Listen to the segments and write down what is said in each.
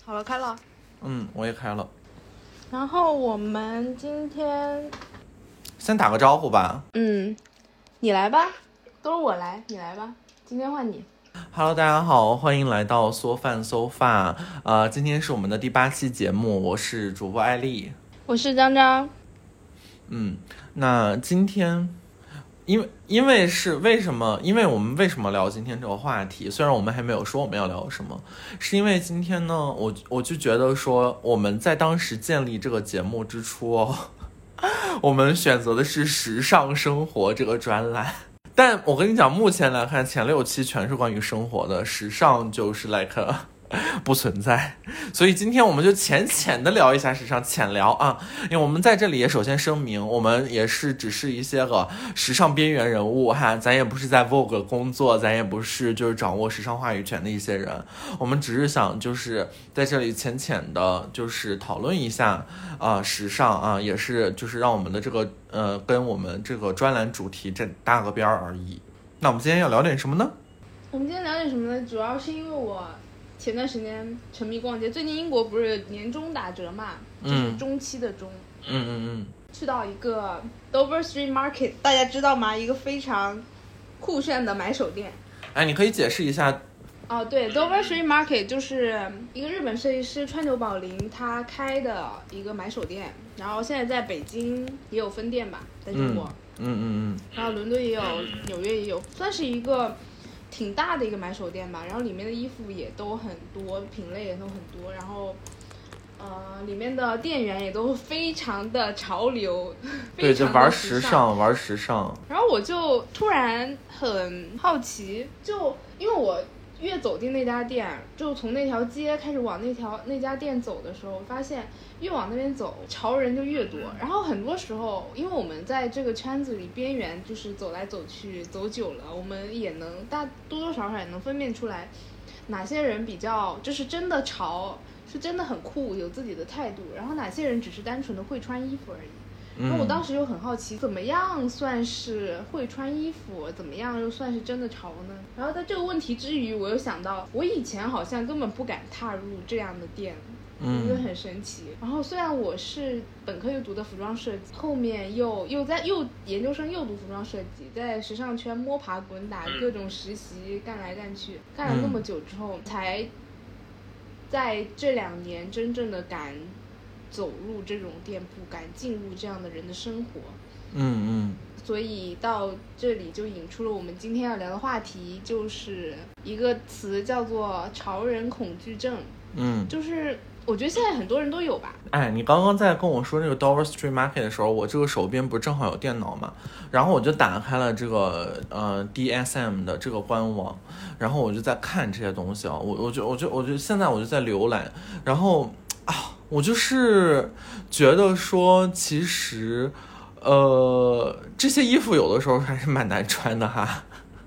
好了，开了。 我也开了。 然后我们今天先打个招呼吧。 你来吧，都是我来，你来吧，今天换你。 Hello， 大家好，欢迎来到缩饭搜发。今天是我们的第8期节目，我是主播艾丽， 我是张张。 那今天因为我们为什么聊今天这个话题？虽然我们还没有说我们要聊什么，是因为今天呢，我就觉得说我们在当时建立这个节目之初我们选择的是时尚生活这个专栏。但我跟你讲，目前来看，前6期全是关于生活的，时尚就是 like 不存在。所以今天我们就浅浅的聊一下时尚，浅聊啊。因为我们在这里也首先声明，我们也是只是一些个时尚边缘人物哈，咱也不是在 Vogue 工作，咱也不是就是掌握时尚话语权的一些人，我们只是想就是在这里浅浅的就是讨论一下时尚也是就是让我们的这个跟我们这个专栏主题这搭个边而已。那我们今天要聊点什么呢？ 我们今天聊点什么呢？主要是因为我前段时间沉迷逛街，最近英国不是年终打折嘛，就是中期的中。去到一个 Dover Street Market， 大家知道吗？一个非常酷炫的买手店。 你可以解释一下。 对 Dover Street Market 就是一个日本设计师川久保玲他开的一个买手店，然后现在在北京也有分店吧，在中国。然后伦敦也有，纽约也有，算是一个挺大的一个买手店吧。然后里面的衣服也都很多，品类也都很多，然后里面的店员也都非常的潮流， 对，就玩时尚。 然后我就突然很好奇，就因为我越走进那家店，就从那条街开始往那家店走的时候，发现越往那边走潮人就越多。然后很多时候因为我们在这个圈子里边缘就是走来走去走久了，我们也能多多少少也能分辨出来哪些人比较就是真的潮，是真的很酷，有自己的态度，然后哪些人只是单纯的会穿衣服而已。然后我当时又很好奇，怎么样算是会穿衣服，怎么样又算是真的潮呢？然后在这个问题之余，我又想到我以前好像根本不敢踏入这样的店，我觉得很神奇。然后虽然我是本科又读的服装设计，后面又研究生又读服装设计，在时尚圈摸爬滚打，各种实习干来干去，干了那么久之后，才在这2年真正的敢走入这种店铺，敢进入这样的人的生活。所以到这里就引出了我们今天要聊的话题，就是一个词叫做潮人恐惧症。就是我觉得现在很多人都有吧。 你刚刚在跟我说这个 Dover Street Market 的时候，我这个手边不是正好有电脑嘛，然后我就打开了这个DSM 的这个官网，然后我就在看这些东西我就现在我就在浏览，然后我就是觉得说其实这些衣服有的时候还是蛮难穿的哈。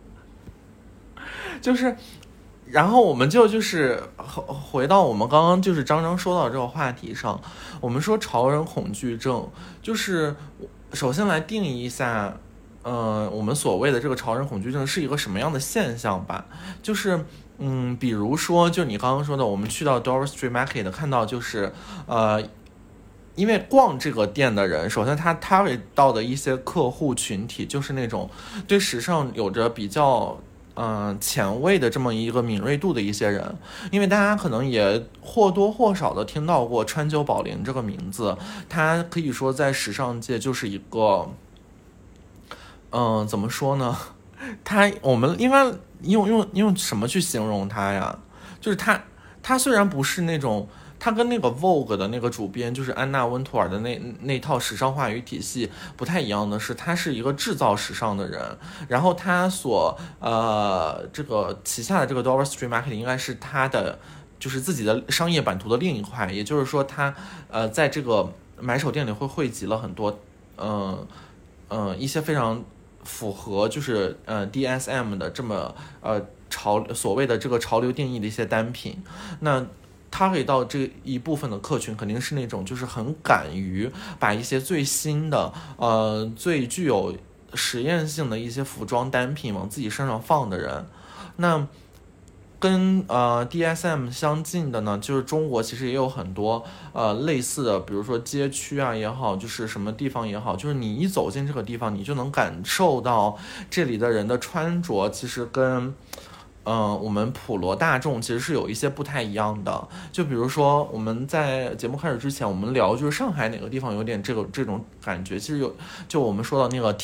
就是然后我们就是回到我们刚刚就是张张说到这个话题上，我们说潮人恐惧症，就是首先来定义一下我们所谓的这个潮人恐惧症是一个什么样的现象吧。就是比如说就你刚刚说的，我们去到 Dover Street Market 看到就是因为逛这个店的人，首先他target到的一些客户群体就是那种对时尚有着比较前卫的这么一个敏锐度的一些人。因为大家可能也或多或少的听到过川久保玲这个名字，他可以说在时尚界就是一个怎么说呢，我们应该用什么去形容他呀？就是他虽然不是那种，他跟那个 Vogue 的那个主编就是安娜温图尔的那套时尚话语体系不太一样的是，他是一个制造时尚的人。然后他所这个旗下的这个 Dover Street Market 应该是他的就是自己的商业版图的另一块，也就是说他在这个买手店里会汇集了很多一些非常符合就是DSM 的这么所谓的这个潮流定义的一些单品。那他给到这一部分的客群肯定是那种就是很敢于把一些最新的最具有实验性的一些服装单品往自己身上放的人。那跟DSM 相近的呢，就是中国其实也有很多类似的，比如说街区啊也好，就是什么地方也好，就是你一走进这个地方，你就能感受到这里的人的穿着其实跟我们普罗大众其实是有一些不太一样的。就比如说我们在节目开始之前，我们聊就是上海哪个地方有点这种感觉，其实就我们说到那个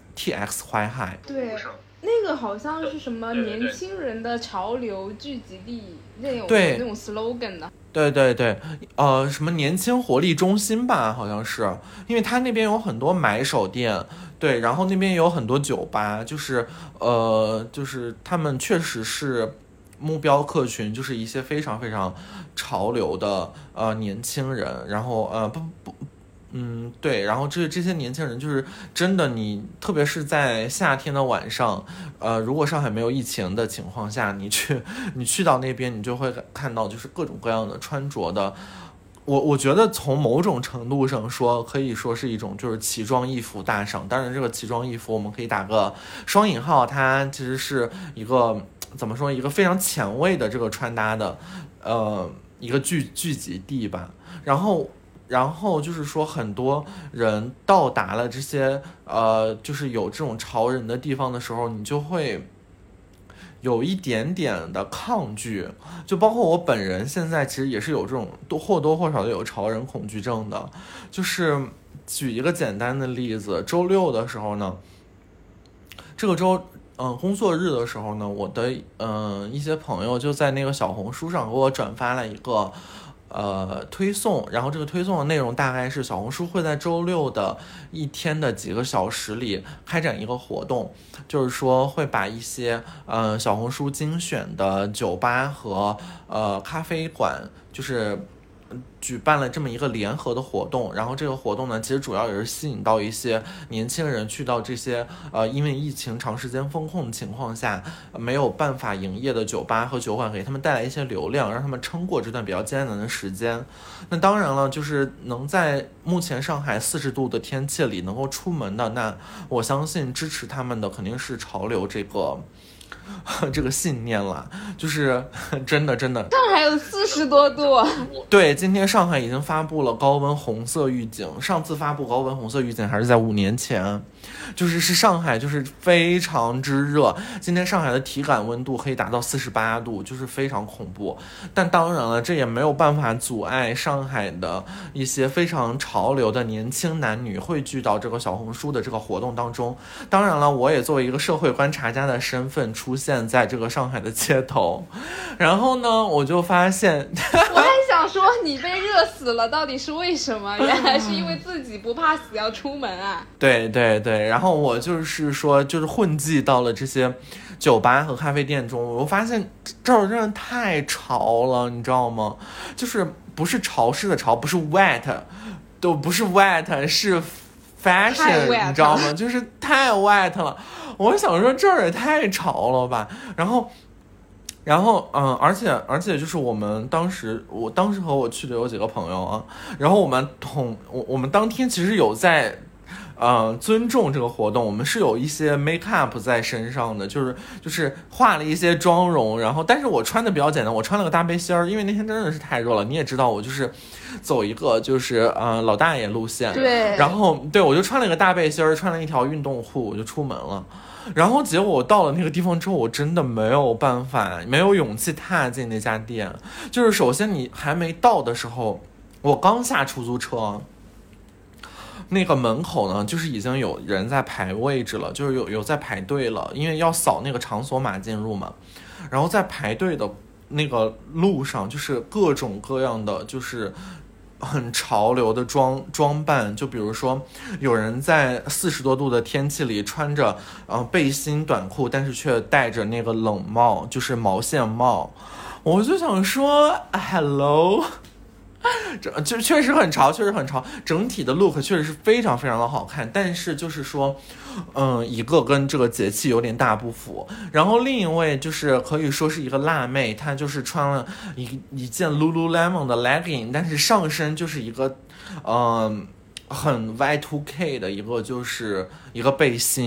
TX 淮海， 对，那个好像是什么年轻人的潮流聚集地，那种对那种 slogan 的。 对，什么年轻活力中心吧，好像是，因为它那边有很多买手店，对，然后那边有很多酒吧，就是他们确实是目标客群，就是一些非常非常潮流的年轻人，然后对，然后这些年轻人就是真的，你特别是在夏天的晚上，如果上海没有疫情的情况下，你去到那边，你就会看到就是各种各样的穿着的。我觉得从某种程度上说，可以说是一种就是奇装异服大赏。当然，这个奇装异服我们可以打个双引号，它其实是一个怎么说，一个非常前卫的这个穿搭的一个聚集地吧。然后就是说，很多人到达了这些就是有这种潮人的地方的时候，你就会有一点点的抗拒。就包括我本人现在其实也是有这种或多或少的有潮人恐惧症的。就是举一个简单的例子，周六的时候呢，这个周工作日的时候呢，我的一些朋友就在那个小红书上给我转发了一个推送，然后这个推送的内容大概是小红书会在周六的一天的几个小时里开展一个活动，就是说会把一些小红书精选的酒吧和咖啡馆，就是举办了这么一个联合的活动。然后这个活动呢，其实主要也是吸引到一些年轻人去到这些因为疫情长时间封控的情况下没有办法营业的酒吧和酒馆，给他们带来一些流量，让他们撑过这段比较艰难的时间。那当然了，就是能在目前上海40度的天气里能够出门的，那我相信支持他们的肯定是潮流这个信念了。就是真的上海有40多度。 对，今天上海已经发布了高温红色预警，上次发布高温红色预警还是在5年前。就是上海就是非常之热，今天上海的体感温度可以达到48度，就是非常恐怖。但当然了，这也没有办法阻碍上海的一些非常潮流的年轻男女汇聚到这个小红书的这个活动当中。当然了，我也作为一个社会观察家的身份出现在这个上海的街头，然后呢，我就发现我还想说你被热死了到底是为什么，原来是因为自己不怕死要出门啊。 对，然后我就是说就是混迹到了这些酒吧和咖啡店中，我发现这儿真的太潮了，你知道吗？就是不是潮湿的潮，不是 wet， 都不是 wet， 是 fashion， 你知道吗？就是太 wet 了。我想说这儿也太潮了吧。然后而且就是我当时和我去的有几个朋友啊，然后我们当天其实有在尊重这个活动，我们是有一些 make up 在身上的，就是化了一些妆容，然后但是我穿的比较简单，我穿了个大背心儿，因为那天真的是太热了，你也知道我就是走一个就是老大爷路线， 对， 然后对我就穿了一个大背心儿，穿了一条运动裤，我就出门了。然后结果我到了那个地方之后，我真的没有办法，没有勇气踏进那家店。就是首先你还没到的时候，我刚下出租车，那个门口呢，就是已经有人在排位置了，就是有在排队了，因为要扫那个场所码进入嘛。然后在排队的那个路上，就是各种各样的，就是很潮流的装扮，就比如说有人在40多度的天气里穿着背心短裤，但是却戴着那个冷帽，就是毛线帽。我就想说 hello， 这就确实很潮，整体的 look 确实是非常非常的好看，但是就是说一个跟这个节气有点大不符。然后另一位就是可以说是一个辣妹，她就是穿了一件 Lululemon 的 legging， 但是上身就是一个很 Y2K 的一个就是一个背心。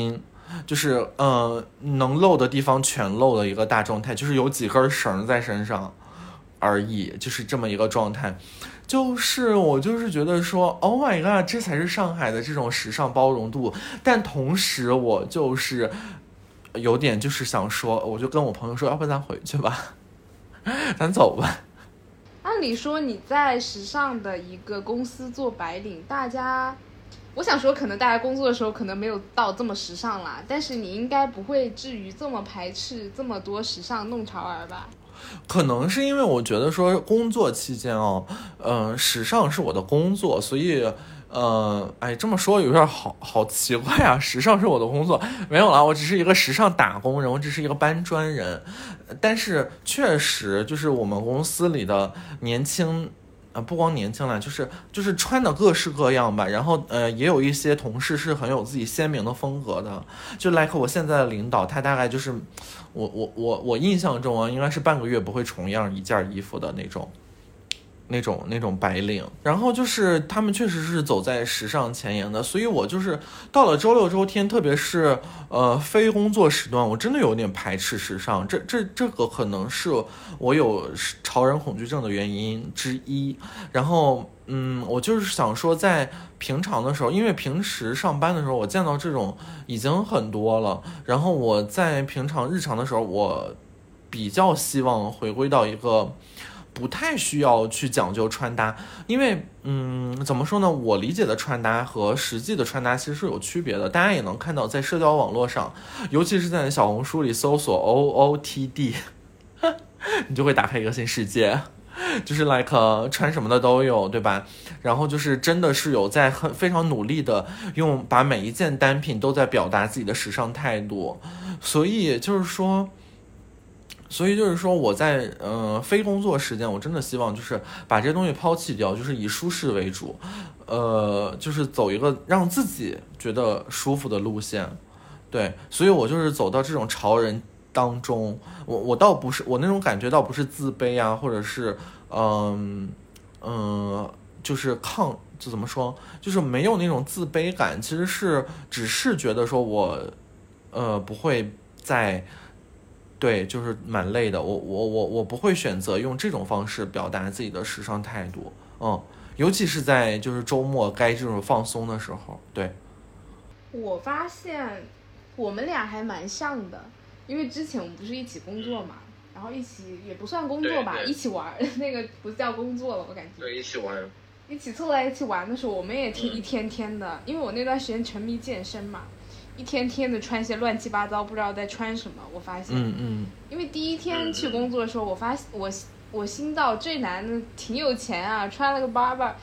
就是能露的地方全露的一个大状态，就是有几根绳在身上而已，就是这么一个状态。就是我就是觉得说 ，Oh my god， 这才是上海的这种时尚包容度。但同时我就是有点就是想说，我就跟我朋友说，要不咱回去吧，咱走吧。 按理说你在时尚的一个公司做白领，我想说可能大家工作的时候可能没有到这么时尚啦，但是你应该不会至于这么排斥这么多时尚弄潮儿吧？ 可能是因为我觉得说工作期间时尚是我的工作，所以这么说有点好奇怪啊！时尚是我的工作，没有啦，我只是一个时尚打工人，我只是一个搬砖人。但是确实就是我们公司里的年轻。不光年轻了，就是穿的各式各样吧，然后也有一些同事是很有自己鲜明的风格的，就 like 我现在的领导，他大概就是我印象中啊，应该是半个月不会重样一件衣服的那种白领，然后就是他们确实是走在时尚前沿的，所以我就是到了周六周天，特别是非工作时段，我真的有点排斥时尚，这个可能是我有潮人恐惧症的原因之一。然后我就是想说，在平常的时候，因为平时上班的时候我见到这种已经很多了，然后我在平常日常的时候，我比较希望回归到一个不太需要去讲究穿搭，因为怎么说呢，我理解的穿搭和实际的穿搭其实是有区别的。大家也能看到，在社交网络上，尤其是在小红书里搜索 OOTD， 你就会打开一个新世界，就是 like 穿什么的都有，对吧？然后就是真的是有在非常努力的把每一件单品都在表达自己的时尚态度，所以就是说我在非工作时间，我真的希望就是把这些东西抛弃掉，就是以舒适为主，就是走一个让自己觉得舒服的路线。对，所以我就是走到这种潮人当中，我倒不是，我那种感觉倒不是自卑啊，或者是就是就怎么说，就是没有那种自卑感，其实只是觉得说我不会再。对，就是蛮累的。我不会选择用这种方式表达自己的时尚态度，尤其是在就是周末该这种放松的时候。对， 我发现我们俩还蛮像的，因为之前我们不是一起工作嘛，然后一起也不算工作吧，一起玩，那个不叫工作了，我感觉。 对，一起玩。 一起凑在一起玩的时候，我们也一天天的，因为我那段时间沉迷健身嘛。一天天的穿些乱七八糟，不知道在穿什么。我发现，因为第一天去工作的时候，我心道这男的挺有钱啊，穿了个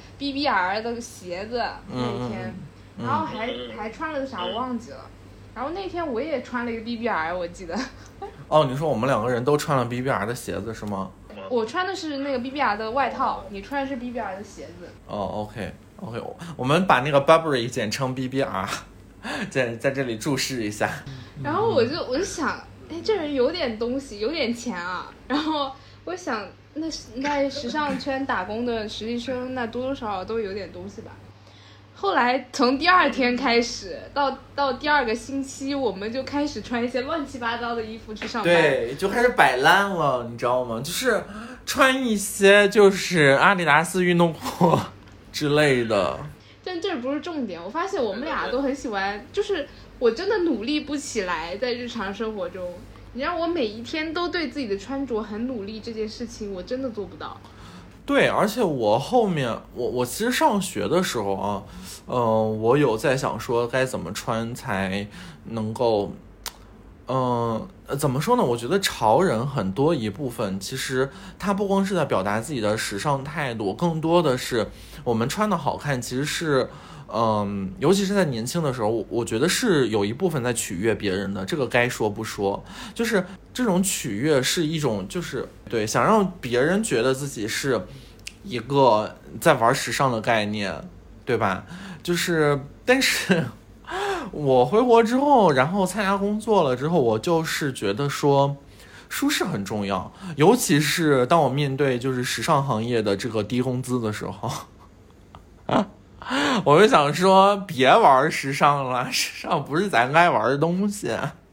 BBR 的鞋子那一天，然后还穿了个啥我忘记了。然后那天我也穿了一个 BBR， 我记得。 哦，你说我们两个人都穿了 BBR 的鞋子是吗？ 我穿的是那个 BBR 的外套，你穿的是 BBR 的鞋子。 哦 ，OK， 我们把那个 Burberry 简称 BBR。在这里注释一下， 然后我就想，这人有点东西，有点钱啊。然后我想，那在时尚圈打工的实习生，那多多少少都有点东西吧。后来从第二天开始，到第二个星期，我们就开始穿一些乱七八糟的衣服去上班， 对，就开始摆烂了，你知道吗？就是穿一些就是阿迪达斯运动裤之类的。 但这不是重点，我发现我们俩都很喜欢，就是我真的努力不起来，在日常生活中，你让我每一天都对自己的穿着很努力，这件事情我真的做不到。 对，而且我后面我其实上学的时候啊，我有在想说该怎么穿才能够，怎么说呢？我觉得潮人很多一部分，其实他不光是在表达自己的时尚态度，更多的是我们穿的好看，其实是，尤其是在年轻的时候，我觉得是有一部分在取悦别人的，这个该说不说，就是这种取悦是一种，就是对，想让别人觉得自己是一个在玩时尚的概念，对吧？就是，但是。我回国之后，然后参加工作了之后，我就是觉得说，舒适很重要，尤其是当我面对就是时尚行业的这个低工资的时候， 我就想说，别玩时尚了，时尚不是咱该玩的东西。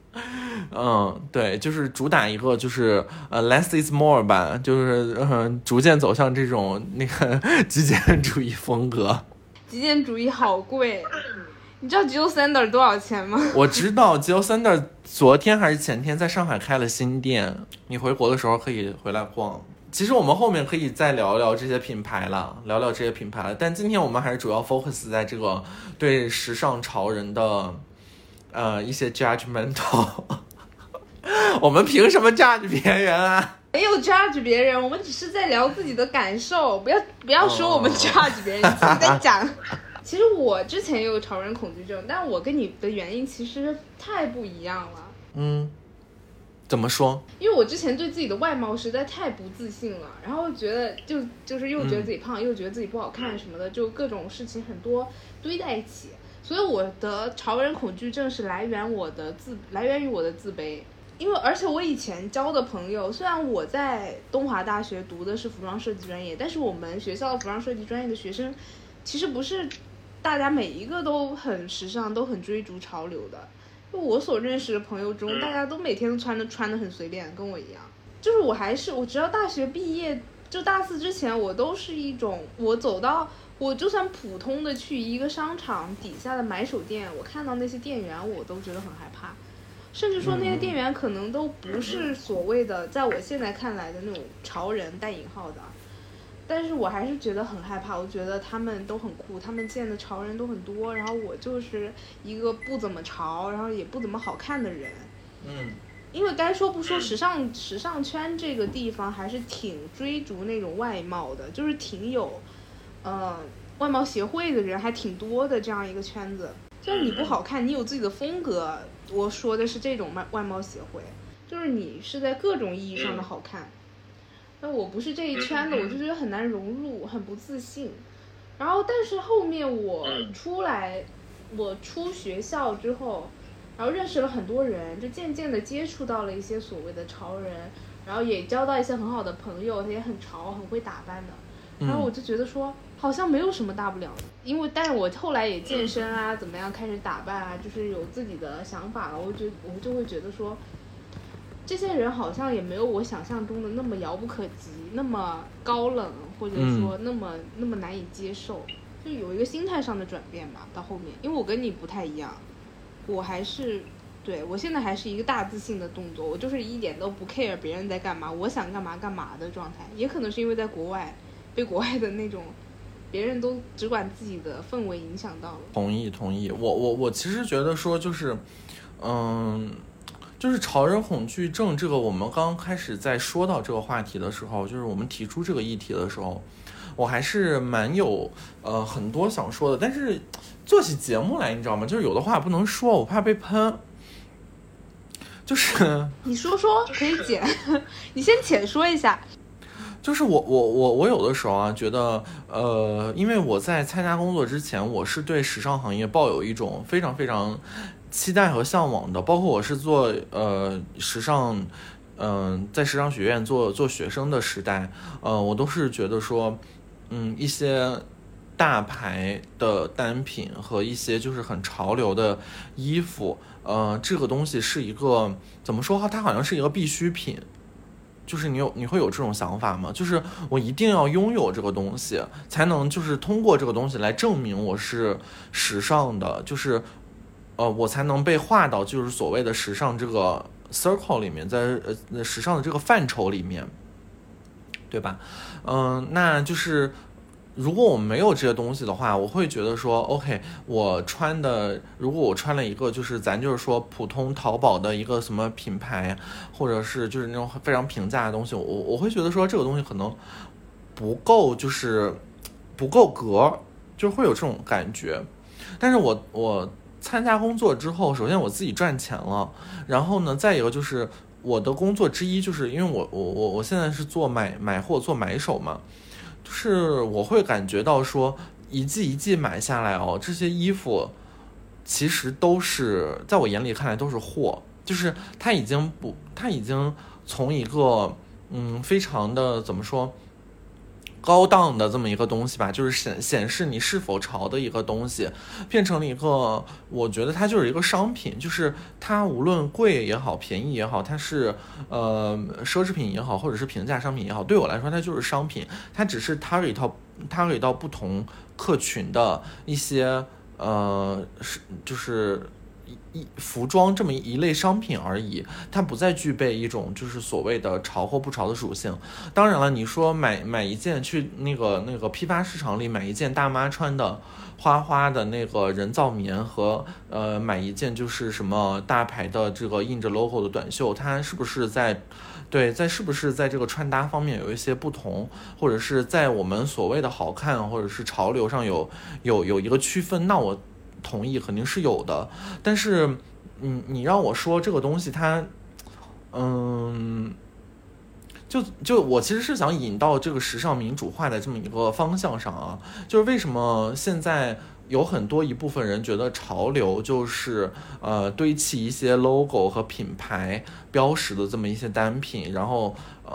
对，就是主打一个就是less is more 吧，就是逐渐走向这种那个极简主义风格。 极简主义好贵，你知道 Jil Sander 多少钱吗？ 我知道 Jil Sander 昨天还是前天在上海开了新店，你回国的时候可以回来逛。其实我们后面可以再聊聊这些品牌了，但今天我们还是主要 focus 在这个对时尚潮人的一些 judgmental。我们凭什么 judge 别人啊？ 没有 judge 别人，我们只是在聊自己的感受，不要说我们 judge 别人，你自己在讲。其实我之前也有潮人恐惧症，但我跟你的原因其实太不一样了。 怎么说？ 因为我之前对自己的外貌实在太不自信了，然后觉得就是又觉得自己胖，又觉得自己不好看什么的，就各种事情很多堆在一起，所以我的潮人恐惧症是来源于我的自卑。因为而且我以前交的朋友，虽然我在东华大学读的是服装设计专业，但是我们学校的服装设计专业的学生其实不是大家每一个都很时尚，都很追逐潮流的。就我所认识的朋友中，大家都每天都穿得很随便，跟我一样。就是我直到大学毕业，就大4之前，我都是一种，我就算普通的去一个商场底下的买手店，我看到那些店员，我都觉得很害怕，甚至说那些店员可能都不是所谓的在我现在看来的那种潮人带引号的。但是我还是觉得很害怕，我觉得他们都很酷，他们见的潮人都很多，然后我就是一个不怎么潮，然后也不怎么好看的人。因为该说不说，时尚圈这个地方还是挺追逐那种外貌的，就是挺有外貌协会的人还挺多的这样一个圈子。就是你不好看，你有自己的风格，我说的是这种外貌协会，就是你是在各种意义上的好看。那我不是这一圈的，我就觉得很难融入，很不自信。然后但是后面我出学校之后，然后认识了很多人，就渐渐的接触到了一些所谓的潮人，然后也交到一些很好的朋友，他也很潮，很会打扮的。然后我就觉得说好像没有什么大不了的，但是我后来也健身啊，怎么样开始打扮啊，就是有自己的想法了。我就会觉得说，这些人好像也没有我想象中的那么遥不可及，那么高冷，或者说那么难以接受，就有一个心态上的转变吧。到后面，因为我跟你不太一样，我现在还是一个大自信的动作，我就是一点都不 care 别人在干嘛，我想干嘛干嘛的状态。也可能是因为在国外，被国外的那种别人都只管自己的氛围影响到了。 同意。我其实觉得说就是就是潮人恐惧症这个，我们刚开始在说到这个话题的时候，就是我们提出这个议题的时候，我还是蛮有很多想说的，但是做起节目来，你知道吗？就是有的话不能说，我怕被喷。就是你说可以剪，你先浅说一下。 就是我有的时候啊，觉得因为我在参加工作之前，我是对时尚行业抱有一种非常非常期待和向往的，包括我是做时尚，在时尚学院做学生的时代，我都是觉得说，一些大牌的单品和一些就是很潮流的衣服，这个东西是一个怎么说，它好像是一个必需品。就是你会有这种想法吗？就是我一定要拥有这个东西，才能就是通过这个东西来证明我是时尚的，就是我才能被划到就是所谓的时尚这个 circle 里面，在时尚的这个范畴里面，对吧？那就是如果我没有这些东西的话，我会觉得说 OK， 如果我穿了一个就是咱就是说普通淘宝的一个什么品牌，或者是就是那种非常平价的东西，我会觉得说这个东西可能不够，就是不够格，就是会有这种感觉。但是我参加工作之后，首先我自己赚钱了，然后呢，再一个就是我的工作之一，就是因为我现在是做买货做买手嘛。就是我会感觉到说一季一季买下来这些衣服其实都是在我眼里看来都是货，就是它已经从一个非常的怎么说高档的这么一个东西吧，就是显示你是否潮的一个东西，变成了一个，我觉得它就是一个商品，就是它无论贵也好，便宜也好，它是奢侈品也好，或者是平价商品也好，对我来说它就是商品，它只是target到不同客群的一些就是服装这么一类商品而已，它不再具备一种就是所谓的潮或不潮的属性。当然了，你说买一件去那个批发市场里买一件大妈穿的花的那个人造棉和买一件就是什么大牌的这个印着 logo 的短袖，它是不是是不是在这个穿搭方面有一些不同，或者是在我们所谓的好看或者是潮流上有一个区分？那我同意，肯定是有的。但是你让我说这个东西它就我其实是想引到这个时尚民主化的这么一个方向上啊，就是为什么现在有很多一部分人觉得潮流就是堆砌一些 logo 和品牌标识的这么一些单品，然后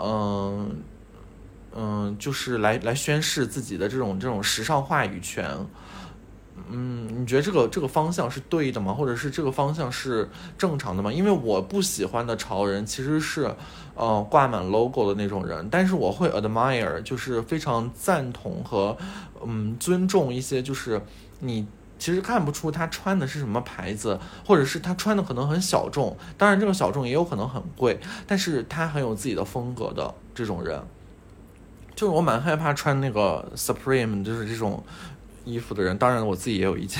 就是来宣示自己的这种时尚话语权。你觉得这个方向是对的吗？或者是这个方向是正常的吗？因为我不喜欢的潮人其实是挂满 logo 的那种人，但是我会 admire， 就是非常赞同和尊重一些就是你其实看不出他穿的是什么牌子，或者是他穿的可能很小众，当然这个小众也有可能很贵，但是他很有自己的风格的这种人。就是我蛮害怕穿那个 Supreme 就是这种衣服的人，当然我自己也有一件。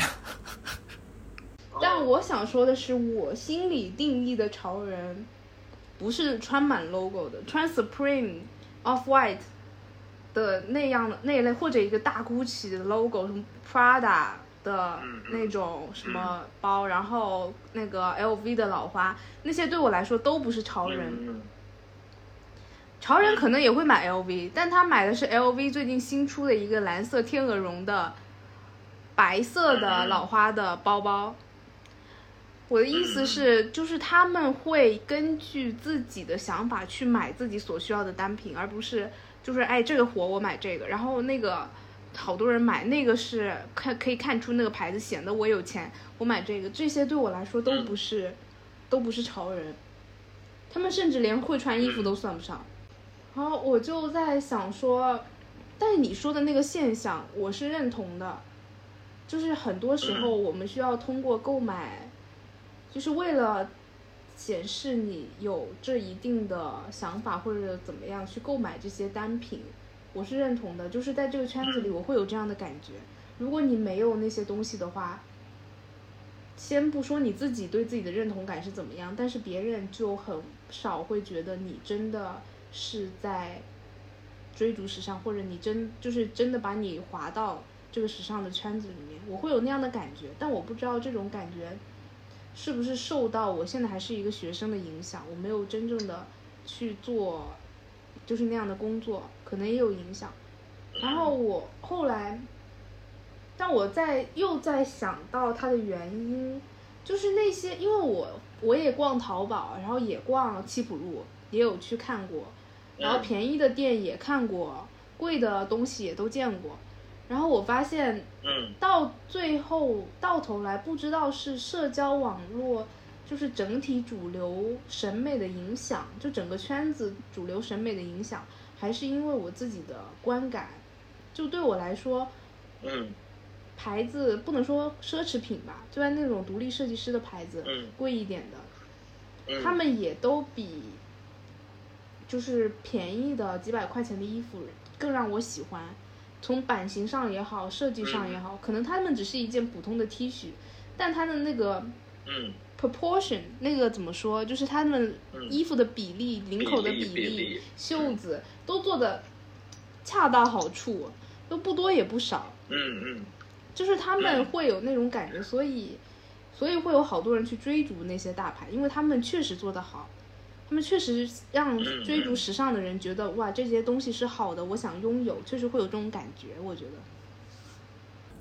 但我想说的是，我心里定义的潮人不是穿满 logo 的，穿 Supreme、Off-White 的那样的那一类，或者一个大 Gucci 的 logo， 什么 Prada 的那种什么包，然后那个 LV 的老花，那些对我来说都不是潮人。潮人可能也会买 LV， 但他买的是 LV 最近新出的一个蓝色天鹅绒的白色的老花的包包。我的意思是，就是他们会根据自己的想法去买自己所需要的单品，而不是就是这个火我买这个，然后那个好多人买那个是可以看出那个牌子显得我有钱，我买这个，这些对我来说都不是潮人，他们甚至连会穿衣服都算不上。然后我就在想说，但是你说的那个现象我是认同的，就是很多时候我们需要通过购买，就是为了显示你有这一定的想法或者怎么样去购买这些单品，我是认同的。就是在这个圈子里我会有这样的感觉，如果你没有那些东西的话，先不说你自己对自己的认同感是怎么样，但是别人就很少会觉得你真的是在追逐时尚，或者你真的把你滑到这个时尚的圈子里面，我会有那样的感觉。但我不知道这种感觉是不是受到我现在还是一个学生的影响，我没有真正的去做就是那样的工作，可能也有影响。然后我后来，但我又在想到它的原因，就是那些，因为我也逛淘宝，然后也逛七浦路，也有去看过，然后便宜的店也看过，贵的东西也都见过。然后我发现到最后到头来，不知道是社交网络就是整体主流审美的影响，就整个圈子主流审美的影响，还是因为我自己的观感。就对我来说牌子不能说奢侈品吧，就在那种独立设计师的牌子贵一点的，他们也都比就是便宜的几百块钱的衣服更让我喜欢。从版型上也好，设计上也好，可能他们只是一件普通的 T 恤，但它的那个proportion 那个怎么说，就是他们衣服的比例、领口的比例、袖子都做的恰到好处，都不多也不少。就是他们会有那种感觉，所以会有好多人去追逐那些大牌，因为他们确实做得好，他们确实让追逐时尚的人觉得哇，这些东西是好的，我想拥有，确实会有这种感觉。我觉得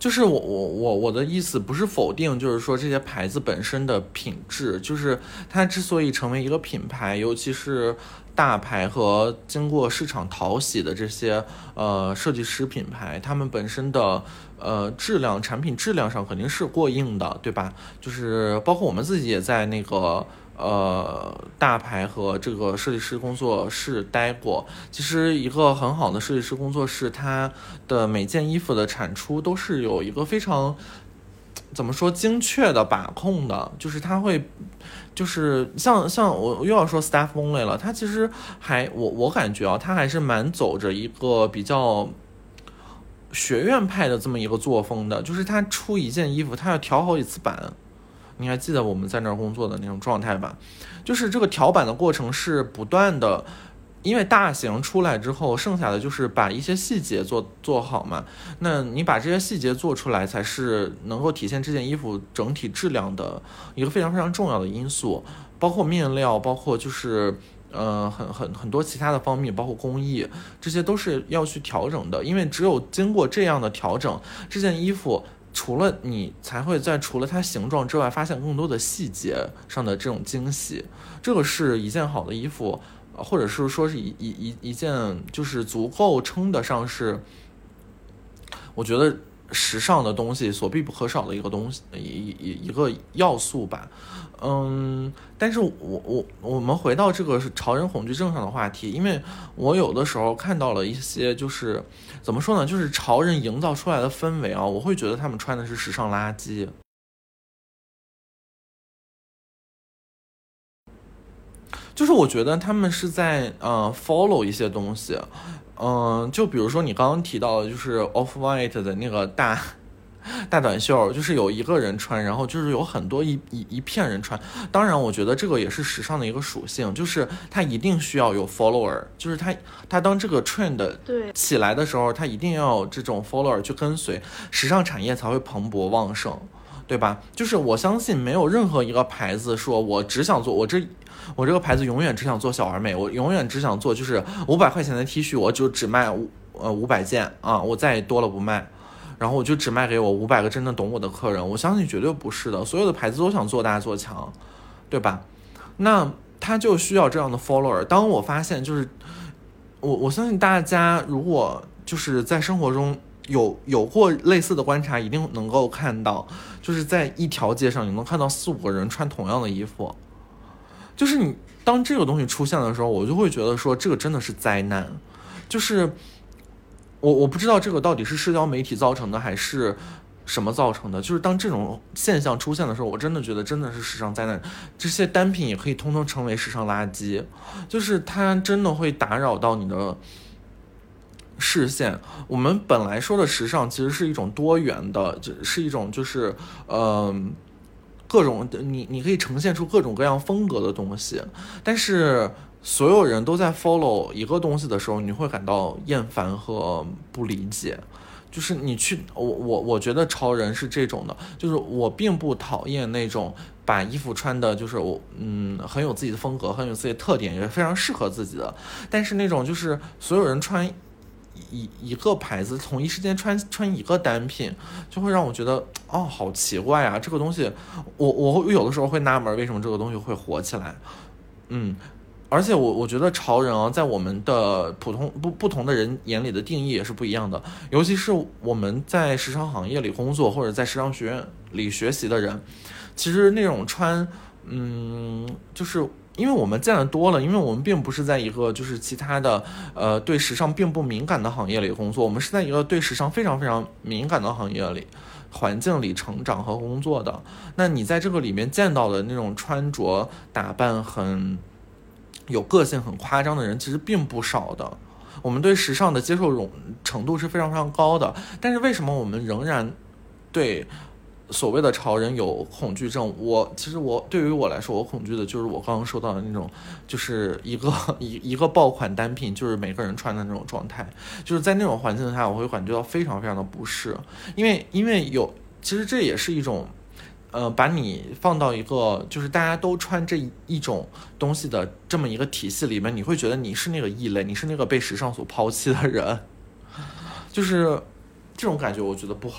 就是我的意思不是否定，就是说这些牌子本身的品质，就是它之所以成为一个品牌，尤其是大牌和经过市场淘洗的这些设计师品牌，他们本身的质量产品质量上肯定是过硬的，对吧？就是包括我们自己也在那个大牌和这个设计师工作室待过。其实一个很好的设计师工作室，它的每件衣服的产出都是有一个非常怎么说精确的把控的，就是它会就是像我又要说 Steph Monley 了，他其实还我感觉啊，他还是蛮走着一个比较学院派的这么一个作风的，就是他出一件衣服他要调好几次版。你还记得我们在那儿工作的那种状态吧？就是这个调版的过程是不断的，因为大型出来之后，剩下的就是把一些细节做好嘛。那你把这些细节做出来，才是能够体现这件衣服整体质量的一个非常非常重要的因素，包括面料，包括就是很多其他的方面，包括工艺，这些都是要去调整的。因为只有经过这样的调整，这件衣服除了你才会在除了它形状之外发现更多的细节上的这种惊喜，这个是一件好的衣服，或者是说是一件就是足够称得上是我觉得时尚的东西所必不可少的一个东西，一个要素吧。但是我们回到这个潮人恐惧症上的话题，因为我有的时候看到了一些就是怎么说呢，就是潮人营造出来的氛围啊，我会觉得他们穿的是时尚垃圾。就是我觉得他们是在follow 一些东西，就比如说你刚刚提到的，就是 Off-White 的那个大短袖，就是有一个人穿，然后就是有很多一片人穿。当然我觉得这个也是时尚的一个属性，就是它一定需要有 follower， 就是它当这个 trend 起来的时候，它一定要有这种 follower 去跟随，时尚产业才会蓬勃旺盛，对吧？就是我相信没有任何一个牌子说我只想做我这个牌子永远只想做小而美，我永远只想做就是500块钱的 T 恤，我就只卖500件啊，我再多了不卖，然后我就只卖给我500个真的懂我的客人。我相信绝对不是的，所有的牌子都想做大做强，对吧？那他就需要这样的 follower。当我发现就是我相信大家如果就是在生活中有过类似的观察，一定能够看到，就是在一条街上你能看到4-5个人穿同样的衣服。就是你当这个东西出现的时候，我就会觉得说这个真的是灾难。就是我不知道这个到底是社交媒体造成的还是什么造成的，就是当这种现象出现的时候，我真的觉得真的是时尚灾难。这些单品也可以通通成为时尚垃圾，就是它真的会打扰到你的视线。我们本来说的时尚其实是一种多元的，是一种就是各种你可以呈现出各种各样风格的东西，但是所有人都在 follow 一个东西的时候，你会感到厌烦和不理解。就是你去我觉得潮人是这种的，就是我并不讨厌那种把衣服穿的就是很有自己的风格，很有自己的特点，也非常适合自己的，但是那种就是所有人穿一个牌子同一时间穿一个单品，就会让我觉得好奇怪啊，这个东西我有的时候会纳闷为什么这个东西会火起来。而且我觉得潮人啊，在我们的不同的人眼里的定义也是不一样的，尤其是我们在时尚行业里工作或者在时尚学院里学习的人，其实那种穿就是因为我们见得多了，因为我们并不是在一个就是其他的对时尚并不敏感的行业里工作，我们是在一个对时尚非常非常敏感的行业里环境里成长和工作的。那你在这个里面见到的那种穿着打扮很有个性很夸张的人其实并不少的，我们对时尚的接受程度是非常非常高的。但是为什么我们仍然对所谓的潮人有恐惧症？其实对于我来说，我恐惧的就是我刚刚说到的那种，就是一个爆款单品，就是每个人穿的那种状态，就是在那种环境下，我会感觉到非常非常的不适，因为其实这也是一种，把你放到一个就是大家都穿这一种东西的这么一个体系里面，你会觉得你是那个异类，你是那个被时尚所抛弃的人，就是这种感觉，我觉得不好。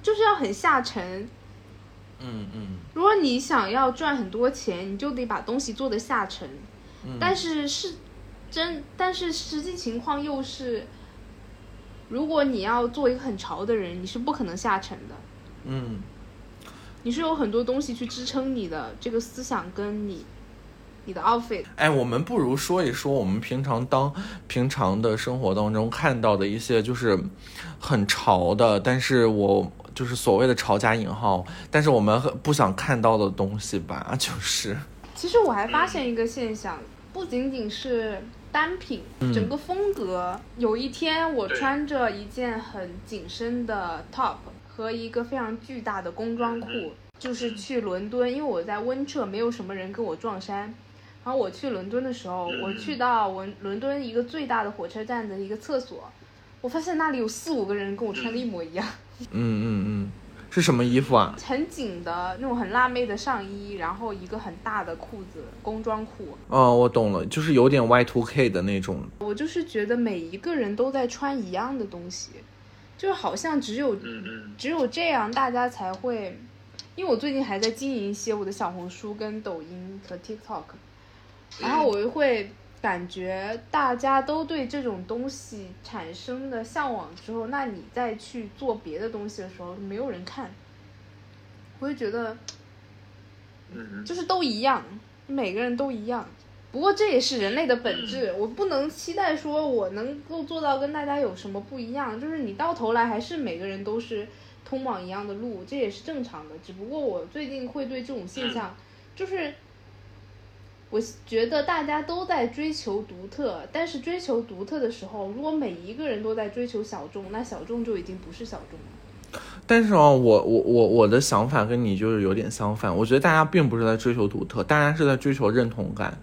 就是要很下沉。如果你想要赚很多钱，你就得把东西做得下沉。但是实际情况又是，如果你要做一个很潮的人，你是不可能下沉的。你是有很多东西去支撑你的这个思想跟你的 outfit。 我们不如说一说我们平常的生活当中看到的一些就是很潮的，但是我就是所谓的潮加引号，但是我们不想看到的东西吧，就是。 其实我还发现一个现象，不仅仅是单品，整个风格。有一天我穿着一件很紧身的 top 和一个非常巨大的工装裤，就是去伦敦，因为我在温彻没有什么人跟我撞衫。然后我去伦敦的时候，我去到伦敦一个最大的火车站的一个厕所，我发现那里有4-5个人跟我穿的一模一样。 是什么衣服啊？ 很紧的那种很辣妹的上衣，然后一个很大的裤子，工装裤。 我懂了，就是有点 Y2K 的那种。 我就是觉得每一个人都在穿一样的东西，就是好像只有这样大家才会。因为我最近还在经营一些我的小红书跟抖音和 TikTok， 然后我就会感觉大家都对这种东西产生的向往之后，那你再去做别的东西的时候没有人看，我会觉得就是都一样，每个人都一样。不过这也是人类的本质，我不能期待说我能够做到跟大家有什么不一样，就是你到头来还是每个人都是通往一样的路，这也是正常的。只不过我最近会对这种现象，就是我觉得大家都在追求独特，但是追求独特的时候，如果每一个人都在追求小众，那小众就已经不是小众了。 但是我的想法跟你就是有点相反，我觉得大家并不是在追求独特，大家是在追求认同感，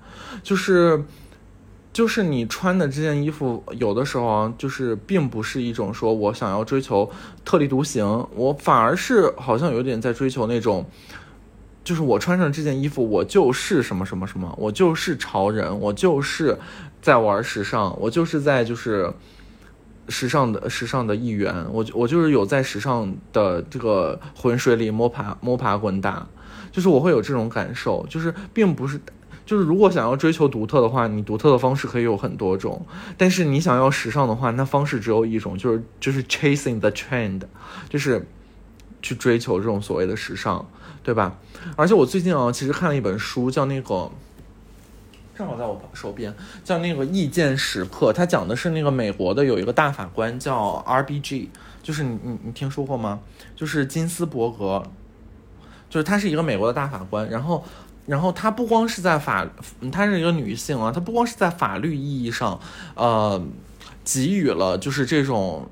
就是你穿的这件衣服有的时候就是并不是一种说我想要追求特立独行，我反而是好像有点在追求那种，就是我穿上这件衣服我就是什么什么什么，我就是潮人，我就是在玩时尚，我就是在就是时尚的一员，我就是有在时尚的这个浑水里摸爬滚打，就是我会有这种感受，就是并不是，就是如果想要追求独特的话，你独特的方式可以有很多种，但是你想要时尚的话，那方式只有一种，就是 chasing the trend， 就是去追求这种所谓的时尚，对吧？而且我最近其实看了一本书，叫那个。正好在我手边，叫那个《意见时刻》，它讲的是那个美国的有一个大法官叫 RBG， 就是你听说过吗？就是金斯伯格，就是他是一个美国的大法官，然后他不光是在她是一个女性啊，她不光是在法律意义上，给予了就是这种。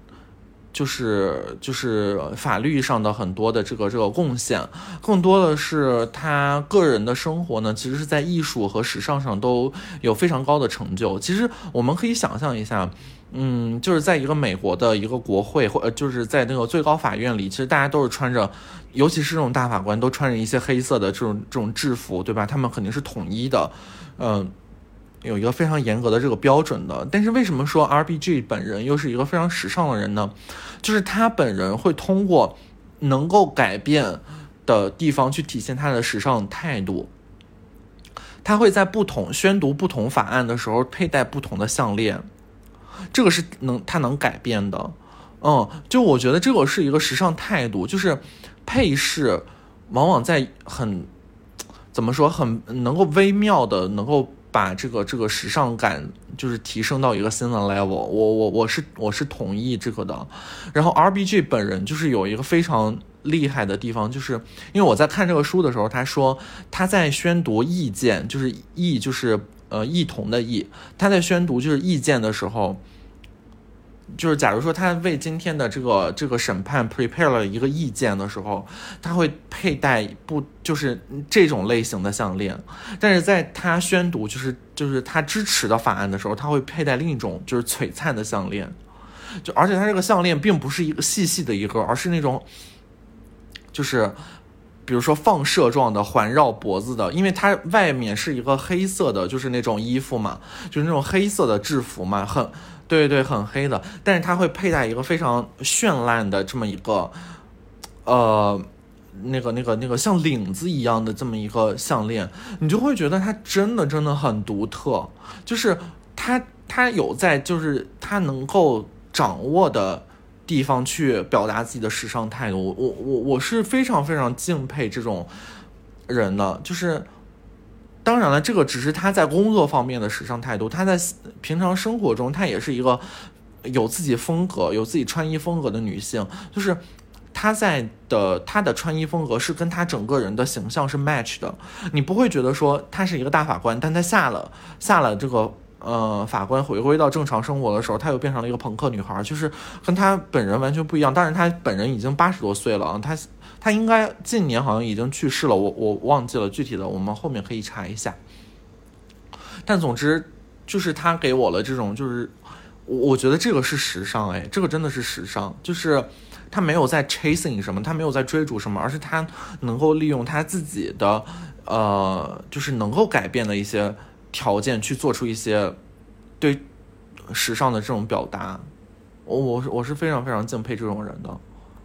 就是法律上的很多的这个贡献，更多的是他个人的生活呢，其实是在艺术和时尚上都有非常高的成就。其实我们可以想象一下，就是在一个美国的一个国会，或者就是在那个最高法院里，其实大家都是穿着，尤其是这种大法官都穿着一些黑色的这种制服，对吧？他们肯定是统一的，有一个非常严格的这个标准的。但是为什么说 RBG 本人又是一个非常时尚的人呢？就是他本人会通过能够改变的地方去体现他的时尚态度。他会在宣读不同法案的时候佩戴不同的项链，这个是他能改变的。就我觉得这个是一个时尚态度，就是配饰往往在怎么说很能够微妙的能够把这个时尚感就是提升到一个新的 level， 我是同意这个的。然后 RBG 本人就是有一个非常厉害的地方，就是因为我在看这个书的时候，他说他在宣读意见，就是异同的异，他在宣读就是意见的时候，就是假如说他为今天的这个审判 prepare 了一个意见的时候，他会佩戴就是这种类型的项链，但是在他宣读就是他支持的法案的时候，他会佩戴另一种就是璀璨的项链，而且他这个项链并不是一个细的一个，而是那种就是比如说放射状的环绕脖子的，因为它外面是一个黑色的就是那种衣服嘛，就是那种黑色的制服嘛，对，很黑的，但是它会佩戴一个非常绚烂的这么一个那个像领子一样的这么一个项链，你就会觉得它真的很独特，就是它有在就是它能够掌握的地方去表达自己的时尚态度，我是非常非常敬佩这种人的，就是当然了，这个只是他在工作方面的时尚态度，他在平常生活中，他也是一个有自己风格、有自己穿衣风格的女性，就是她的穿衣风格是跟她整个人的形象是 match 的，你不会觉得说她是一个大法官，但她下了这个法官回归到正常生活的时候，她又变成了一个朋克女孩，就是跟她本人完全不一样。当然，她本人已经80多岁了啊，她应该近年好像已经去世了，我忘记了具体的，我们后面可以查一下。但总之，就是她给我了这种，就是我觉得这个是时尚，哎，这个真的是时尚，就是她没有在 chasing 什么，她没有在追逐什么，而是她能够利用她自己的就是能够改变的一些条件去做出一些对时尚的这种表达。我是非常非常敬佩这种人的，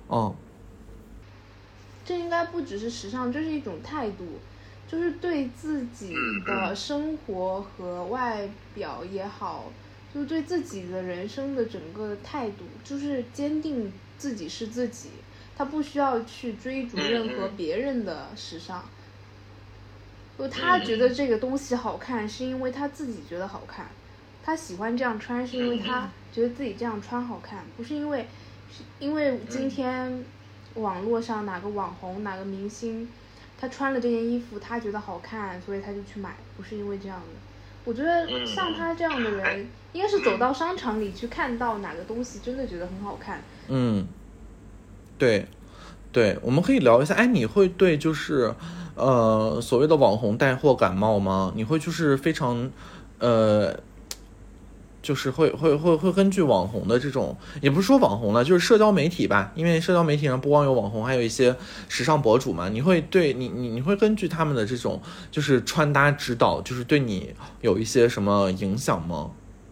这应该不只是时尚，这是一种态度，就是对自己的生活和外表也好，就是对自己的人生的整个的态度，就是坚定自己是自己，他不需要去追逐任何别人的时尚。就他觉得这个东西好看，是因为他自己觉得好看，他喜欢这样穿，是因为他觉得自己这样穿好看，不是因为今天网络上哪个网红哪个明星他穿了这件衣服他觉得好看，所以他就去买，不是因为这样的。我觉得像他这样的人应该是走到商场里去看到哪个东西真的觉得很好看。 对，我们可以聊一下，哎，你会对就是所谓的网红带货感冒吗？你会就是非常就是会根据网红的这种，也不是说网红了，就是社交媒体吧，因为社交媒体上不光有网红，还有一些时尚博主嘛。你会对你会根据他们的这种就是穿搭指导，就是对你有一些什么影响吗？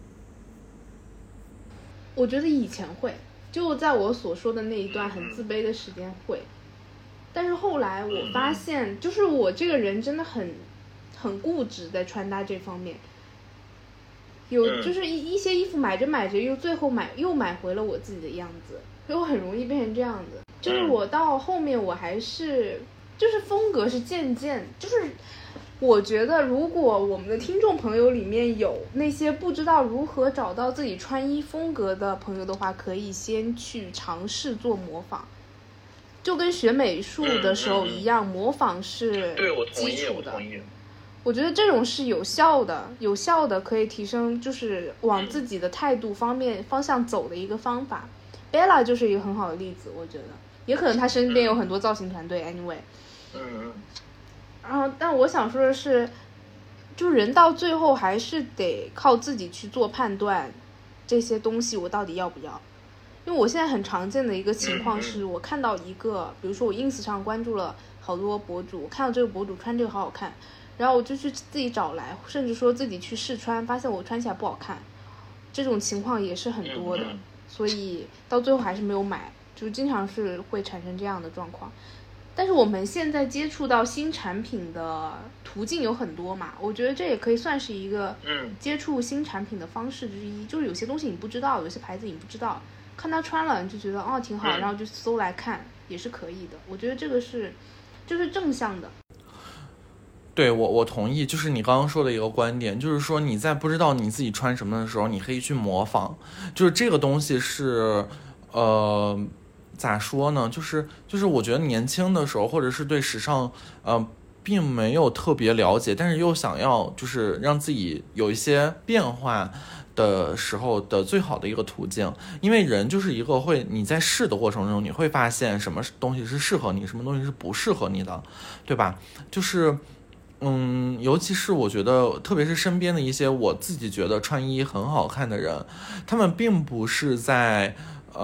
我觉得以前会，就在我所说的那一段很自卑的时间会，但是后来我发现，就是我这个人真的很固执在穿搭这方面。就是一些衣服买着买着又最后又买回了我自己的样子，所以我很容易变成这样子。就是我到后面我还是就是风格是渐渐，就是我觉得如果我们的听众朋友里面有那些不知道如何找到自己穿衣风格的朋友的话，可以先去尝试做模仿，就跟学美术的时候一样，模仿是基础的。我觉得这种是有效的可以提升就是往自己的态度方向走的一个方法。Bella 就是一个很好的例子，我觉得也可能他身边有很多造型团队 anyway。然后但我想说的是，就人到最后还是得靠自己去做判断，这些东西我到底要不要。因为我现在很常见的一个情况是，我看到一个，比如说我 ins 上关注了好多博主，我看到这个博主穿这个好好看，然后我就去自己找来，甚至说自己去试穿，发现我穿起来不好看，这种情况也是很多的，所以到最后还是没有买，就经常是会产生这样的状况。但是我们现在接触到新产品的途径有很多嘛，我觉得这也可以算是一个接触新产品的方式之一，就是有些东西你不知道，有些牌子你不知道，看他穿了你就觉得哦挺好，然后就搜来看也是可以的。我觉得这个就是正向的。 对，我同意，就是你刚刚说的一个观点，就是说你在不知道你自己穿什么的时候，你可以去模仿，就是这个东西是咋说呢？就是我觉得年轻的时候，或者是对时尚并没有特别了解，但是又想要就是让自己有一些变化的时候的最好的一个途径。因为人就是一个你在试的过程中，你会发现什么东西是适合你，什么东西是不适合你的，对吧？就是尤其是我觉得特别是身边的一些我自己觉得穿衣很好看的人，他们并不是在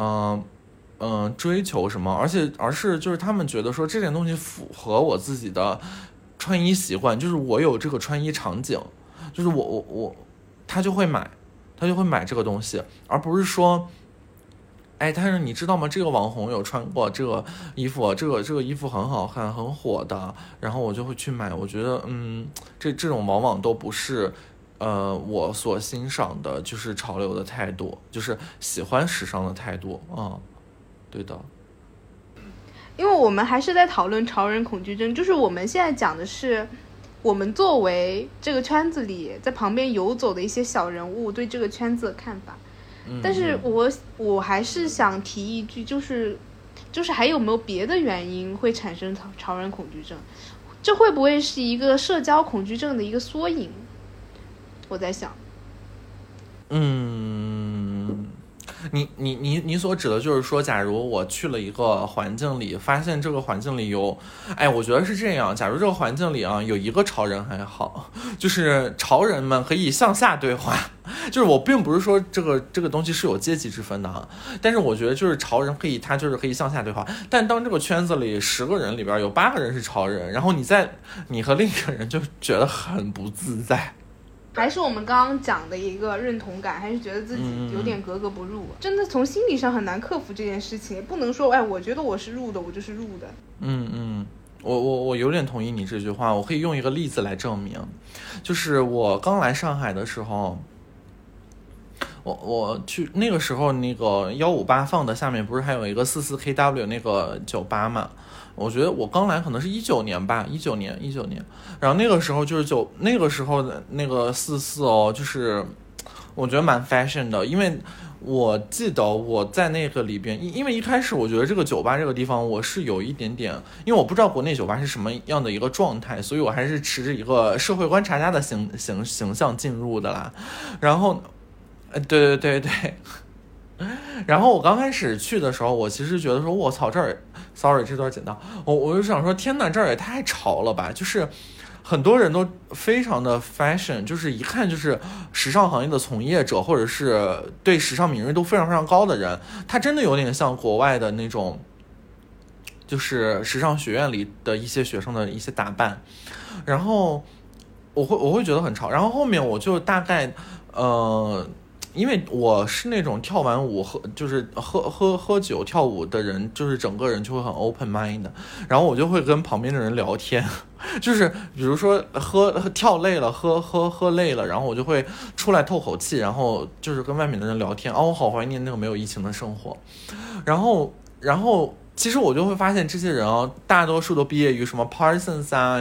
追求什么，而是就是他们觉得说这件东西符合我自己的穿衣习惯，就是我有这个穿衣场景，就是他就会买这个东西，而不是说哎，但是你知道吗？这个网红有穿过这个衣服，这个衣服很好看，很火的，然后我就会去买。我觉得，这种往往都不是，我所欣赏的，就是潮流的态度，就是喜欢时尚的态度啊，对的。 因为我们还是在讨论潮人恐惧症，就是我们现在讲的是我们作为这个圈子里在旁边游走的一些小人物对这个圈子的看法。但是我还是想提一句，就是还有没有别的原因会产生潮人恐惧症？这会不会是一个社交恐惧症的一个缩影？我在想。 你所指的就是说，假如我去了一个环境里，发现这个环境里有，我觉得是这样。假如这个环境里啊有一个潮人还好，就是潮人们可以向下对话。就是我并不是说这个东西是有阶级之分的啊，但是我觉得就是潮人他就是可以向下对话。但当这个圈子里10个人里边有8个人是潮人，然后你和另一个人就觉得很不自在。 还是我们刚刚讲的一个认同感，还是觉得自己有点格格不入，真的从心理上很难克服这件事情。不能说我觉得我是入的，我就是入的。 我有点同意你这句话。我可以用一个例子来证明，就是我刚来上海的时候，我去那个时候，那个158放的下面不是还有一个44KW 那个酒吧嘛？我觉得我刚来可能是19年吧，19年，然后那个时候那个时候的那个44哦，就是我觉得蛮 fashion 的，因为我记得我在那个里边，因为一开始我觉得这个酒吧这个地方我是有一点点，因为我不知道国内酒吧是什么样的一个状态，所以我还是持着一个社会观察家的形象进入的啦。然后，对。然后我刚开始去的时候，我其实觉得说，我操，这儿 ，sorry， 这段剪刀，我就想说，天哪，这儿也太潮了吧！就是很多人都非常的 fashion， 就是一看就是时尚行业的从业者，或者是对时尚敏锐度非常非常高的人，他真的有点像国外的那种，就是时尚学院里的一些学生的一些打扮，然后我会觉得很潮，然后后面我就大概因为我是那种跳完舞喝酒跳舞的人，就是整个人就会很 open mind 的，然后我就会跟旁边的人聊天，就是比如说跳累了，喝累了，然后我就会出来透口气，然后就是跟外面的人聊天。我好怀念那个没有疫情的生活。然后其实我就会发现这些人大多数都毕业于什么 Parsons 啊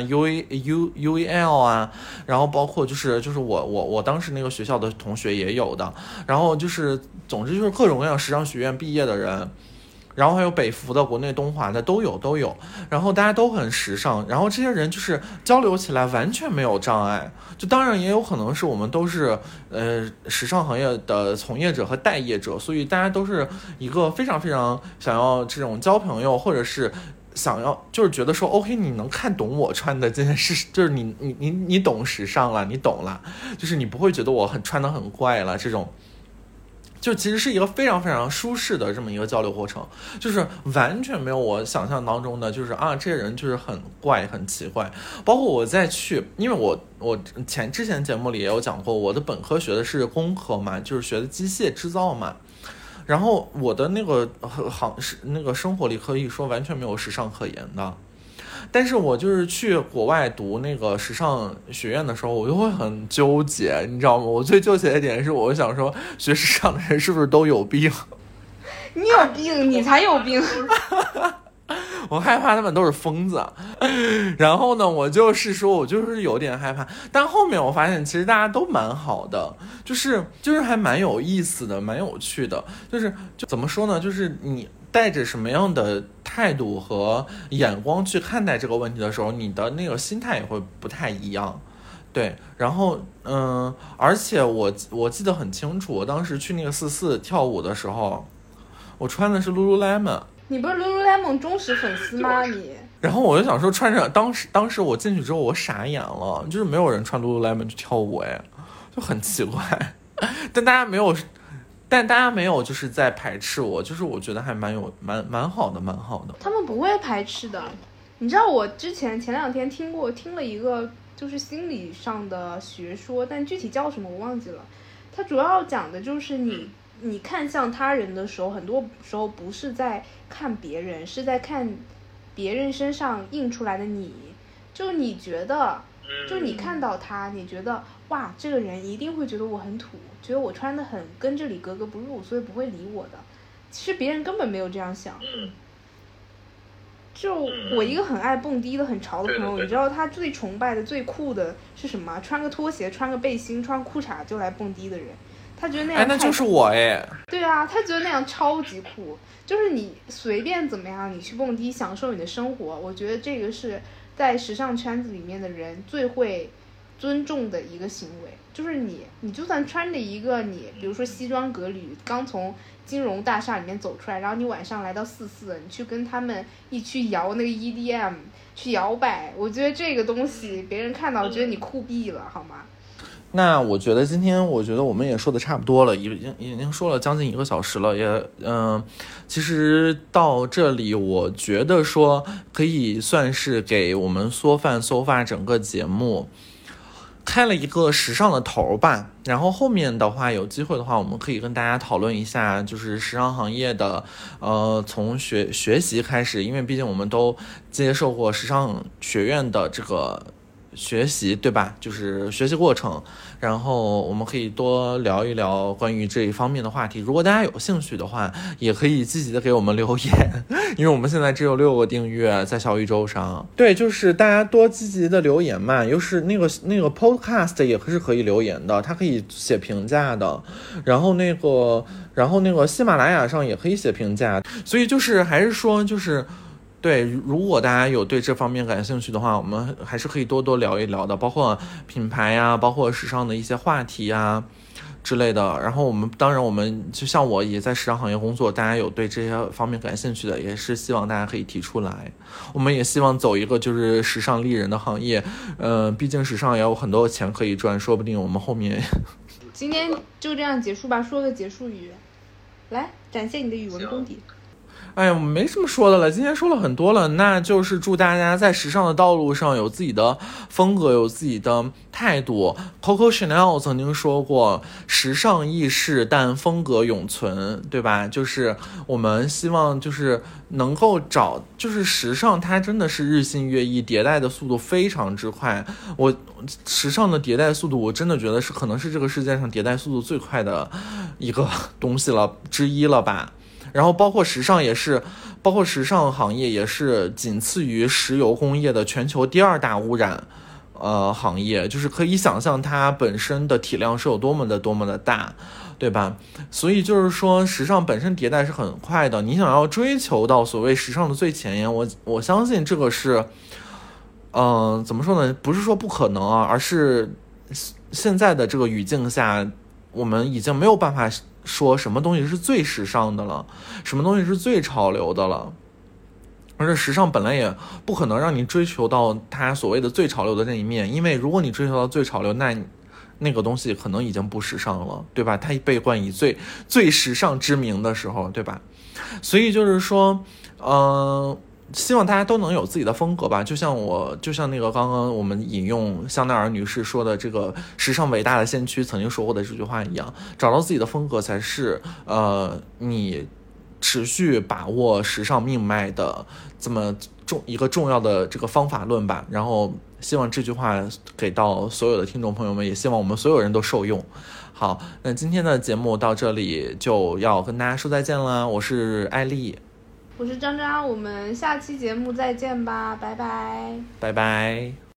UEL 啊，然后包括就是我当时那个学校的同学也有的，然后就是总之就是各种各样时尚学院毕业的人，然后还有北服的、国内东华的都有，然后大家都很时尚，然后这些人就是交流起来完全没有障碍。就当然也有可能是我们都是时尚行业的从业者和待业者，所以大家都是一个非常非常想要这种交朋友，或者是想要就是觉得说 OK 你能看懂我穿的这件事，就是你懂时尚了，你懂了，就是你不会觉得我穿得很怪了，这种就其实是一个非常非常舒适的这么一个交流过程，就是完全没有我想象当中的就是这些人就是很怪很奇怪。包括我再去，因为我之前节目里也有讲过，我的本科学的是工科嘛，就是学的机械制造嘛，然后我的那个那个生活里可以说完全没有时尚可言的。但是我就是去国外读那个时尚学院的时候，我就会很纠结，你知道吗？我最纠结的点是，我想说，学时尚的人是不是都有病？ 你有病，你才有病。 我害怕他们都是疯子。然后呢，我就是有点害怕，但后面我发现其实大家都蛮好的，就是还蛮有意思的，蛮有趣的。就怎么说呢？就是你带着什么样的态度和眼光去看待这个问题的时候，你的那个心态也会不太一样。对，然后而且我记得很清楚，我当时去那个44跳舞的时候，我穿的是 Lululemon。 你不是 Lululemon 忠实粉丝吗？你。 然后我就想说，穿着当时我进去之后，我傻眼了，就是没有人穿 Lululemon 去跳舞，就很奇怪。但大家没有就是在排斥我，就是我觉得还蛮好的，蛮好的。 他们不会排斥的。你知道我前2天听了一个就是心理上的学说，但具体叫什么我忘记了。它主要讲的就是你看向他人的时候，很多时候不是在看别人，是在看别人身上映出来的你。就你觉得，就你看到他，你觉得哇，这个人一定会觉得我很土，觉得我穿得很跟这里格格不入，所以不会理我的。其实别人根本没有这样想。就我一个很爱蹦迪的很潮的朋友，你知道他最崇拜的最酷的是什么？穿个拖鞋，穿个背心，穿裤衩就来蹦迪的人，他觉得那样那就是我哎。 对啊，他觉得那样超级酷。就是你随便怎么样，你去蹦迪享受你的生活，我觉得这个是在时尚圈子里面的人最会尊重的一个行为。就是你就算穿着一个你比如说西装革履，刚从金融大厦里面走出来，然后你晚上来到44，你去跟他们一起摇那个 EDM 去摇摆，我觉得这个东西别人看到觉得你酷毙了，好吗？ 那我觉得今天我们也说的差不多了，已经说了将近1个小时了，其实到这里我觉得说可以算是给我们缩饭整个节目开了一个时尚的头吧。然后后面的话有机会的话，我们可以跟大家讨论一下就是时尚行业的从学习开始，因为毕竟我们都接受过时尚学院的这个学习，对吧？就是学习过程，然后我们可以多聊一聊关于这一方面的话题。如果大家有兴趣的话，也可以积极的给我们留言，因为我们现在只有6个订阅在小宇宙上。对，就是大家多积极的留言嘛。又是那个 podcast 也是可以留言的，它可以写评价的。然后那个喜马拉雅上也可以写评价。所以就是还是说就是对，如果大家有对这方面感兴趣的话，我们还是可以多多聊一聊的，包括品牌呀，包括时尚的一些话题呀之类的。然后我们就像我也在时尚行业工作，大家有对这些方面感兴趣的，也是希望大家可以提出来。我们也希望走一个就是时尚丽人的行业，毕竟时尚也有很多钱可以赚，说不定我们后面今天就这样结束吧，说个结束语，来展现你的语文功底。 哎呀，我没什么说的了，今天说了很多了，那就是祝大家在时尚的道路上有自己的风格，有自己的态度。Coco Chanel 曾经说过，时尚易逝，但风格永存，对吧？就是我们希望就是能够就是时尚它真的是日新月异，迭代的速度非常之快。时尚的迭代速度，我真的觉得可能是这个世界上迭代速度最快的一个东西之一了吧。然后包括时尚行业也是仅次于石油工业的全球第2大污染行业，就是可以想象它本身的体量是有多么的大，对吧？所以就是说时尚本身迭代是很快的，你想要追求到所谓时尚的最前沿，我相信这个是怎么说呢，不是说不可能啊，而是现在的这个语境下，我们已经没有办法说什么东西是最时尚的了，什么东西是最潮流的了。而且时尚本来也不可能让你追求到它所谓的最潮流的那一面，因为如果你追求到最潮流，那个东西可能已经不时尚了，对吧？它被冠以最时尚之名的时候，对吧？所以就是说希望大家都能有自己的风格吧，就像那个刚刚我们引用香奈儿女士说的这个时尚伟大的先驱曾经说过的这句话一样，找到自己的风格才是你持续把握时尚命脉的这么一个重要的这个方法论吧。然后希望这句话给到所有的听众朋友们，也希望我们所有人都受用。好，那今天的节目到这里就要跟大家说再见了，我是艾丽， 我是张张，我们下期节目再见吧，拜拜， 拜拜。